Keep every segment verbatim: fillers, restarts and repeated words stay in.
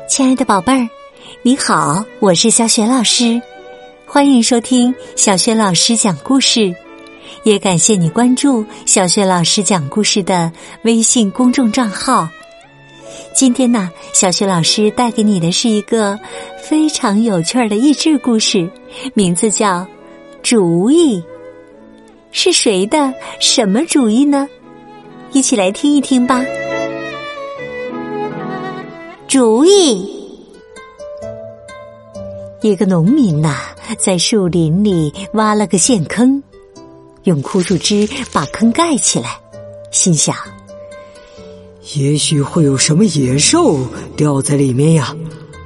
亲爱的宝贝儿，你好，我是小雪老师，欢迎收听小雪老师讲故事，也感谢你关注小雪老师讲故事的微信公众账号。今天呢，小雪老师带给你的是一个非常有趣的益智故事，名字叫主意。是谁的什么主意呢？一起来听一听吧。主意。一个农民呐、啊，在树林里挖了个陷坑，用枯树枝把坑盖起来，心想， 也许会有什么野兽掉在里面呀。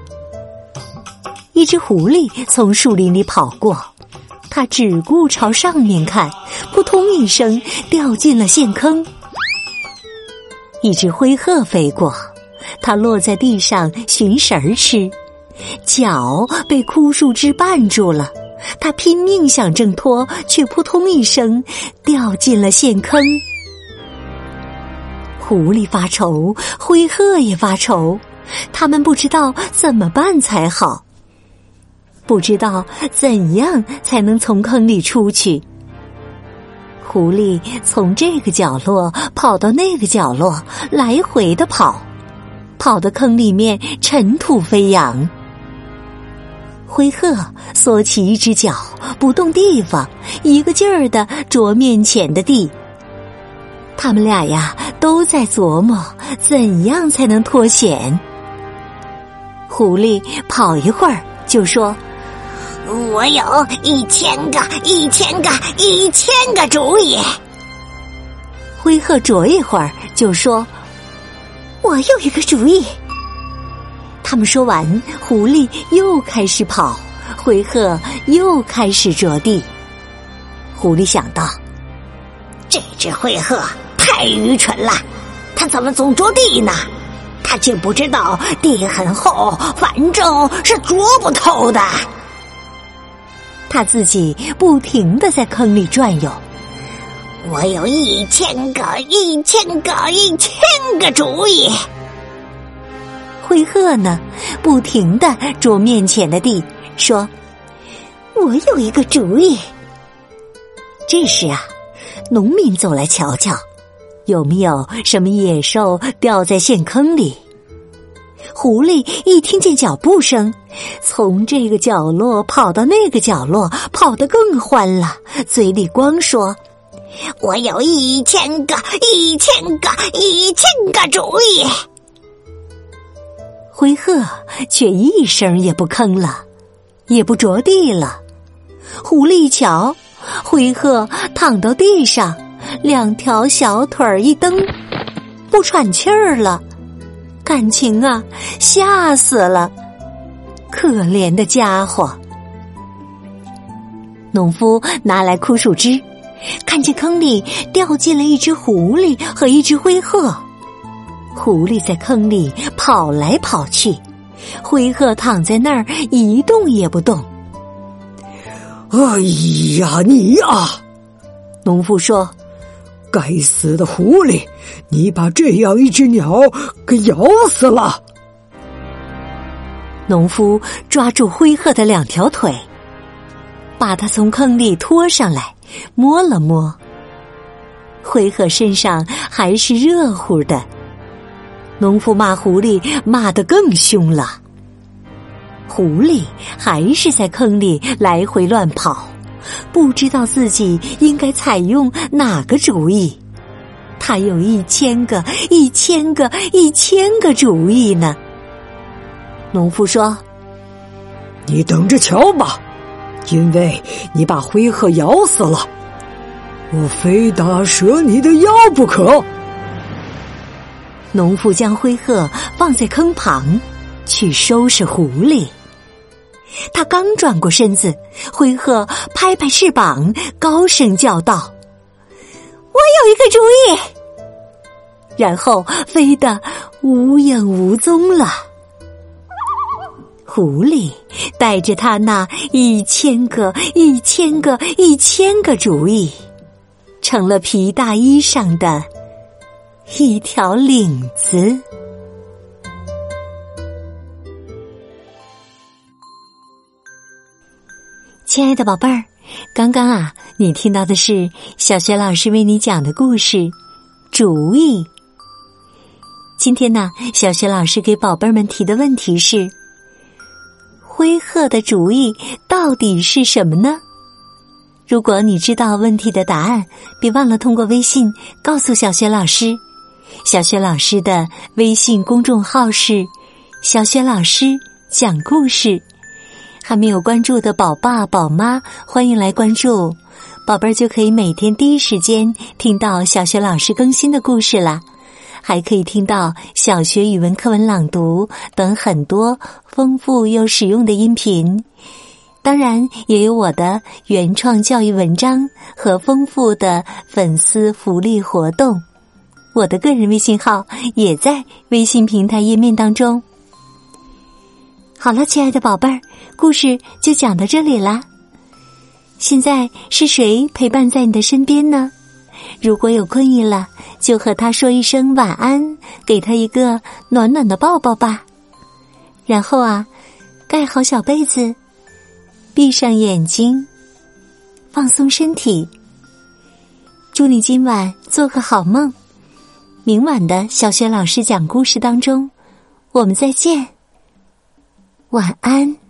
一只狐狸从树林里跑过，它只顾朝上面看，扑通一声掉进了陷坑。一只灰鹤飞过，它落在地上寻食儿吃，脚被枯树枝绊住了，它拼命想挣脱，却扑通一声掉进了陷坑。狐狸发愁，灰鹤也发愁，他们不知道怎么办才好，不知道怎样才能从坑里出去。狐狸从这个角落跑到那个角落，来回的跑，跑到坑里面尘土飞扬。灰鹤缩起一只脚不动地方，一个劲儿地啄面前的地。他们俩呀都在琢磨怎样才能脱险。狐狸跑一会儿就说， 我有一千个一千个一千个主意。 灰鹤啄一会儿就说，我有一个主意。他们说完，狐狸又开始跑，灰鹤又开始啄地。狐狸想到， 这只灰鹤太愚蠢了，它怎么总啄地呢？它却不知道地很厚，反正是啄不透的。 他自己不停地在坑里转悠。 我有一千个一千个一千个主意。 灰鹤呢，不停地啄面前的地，说，我有一个主意。这时啊，农民走来瞧瞧，有没有什么野兽掉在陷坑里。狐狸一听见脚步声，从这个角落跑到那个角落，跑得更欢了，嘴里光说， 我有一千个一千个一千个主意。 灰鹤却一声也不吭了，也不着地了。狐狸一瞧，灰鹤躺到地上，两条小腿儿一蹬，不喘气儿了，感情啊吓死了，可怜的家伙。农夫拿来枯树枝，看见坑里掉进了一只狐狸和一只灰鹤。狐狸在坑里跑来跑去，灰鹤躺在那儿一动也不动。 哎呀，你呀！ 农夫说， 该死的狐狸，你把这样一只鸟给咬死了。 农夫抓住灰鹤的两条腿，把它从坑里拖上来，摸了摸。灰鹤身上还是热乎的。农夫骂狐狸骂得更凶了。狐狸还是在坑里来回乱跑，不知道自己应该采用哪个主意。他有一千个一千个一千个主意呢。农夫说， 你等着瞧吧，因为你把灰鹤咬死了，我非打折你的腰不可。 农夫将灰鹤放在坑旁，去收拾狐狸。他刚转过身子，灰鹤拍拍翅膀，高声叫道，我有一个主意。然后飞得无影无踪了。狐狸带着他那一千个一千个一千个主意，成了皮大衣上的一条领子。 亲爱的宝贝儿，刚刚啊，你听到的是小学老师为你讲的故事《主意》。今天呢，小学老师给宝贝们提的问题是：灰鹤的主意到底是什么呢？如果你知道问题的答案，别忘了通过微信告诉小学老师。小学老师的微信公众号是小学老师讲故事。还没有关注的宝爸宝妈，欢迎来关注，宝贝儿就可以每天第一时间听到小学老师更新的故事啦，还可以听到小学语文课文朗读等很多丰富又实用的音频。当然也有我的原创教育文章和丰富的粉丝福利活动。我的个人微信号也在微信平台页面当中。好了，亲爱的宝贝儿，故事就讲到这里啦。现在是谁陪伴在你的身边呢？如果有困意了，就和他说一声晚安，给他一个暖暖的抱抱吧。然后啊，盖好小被子，闭上眼睛，放松身体。祝你今晚做个好梦。明晚的小学老师讲故事当中，我们再见。晚安。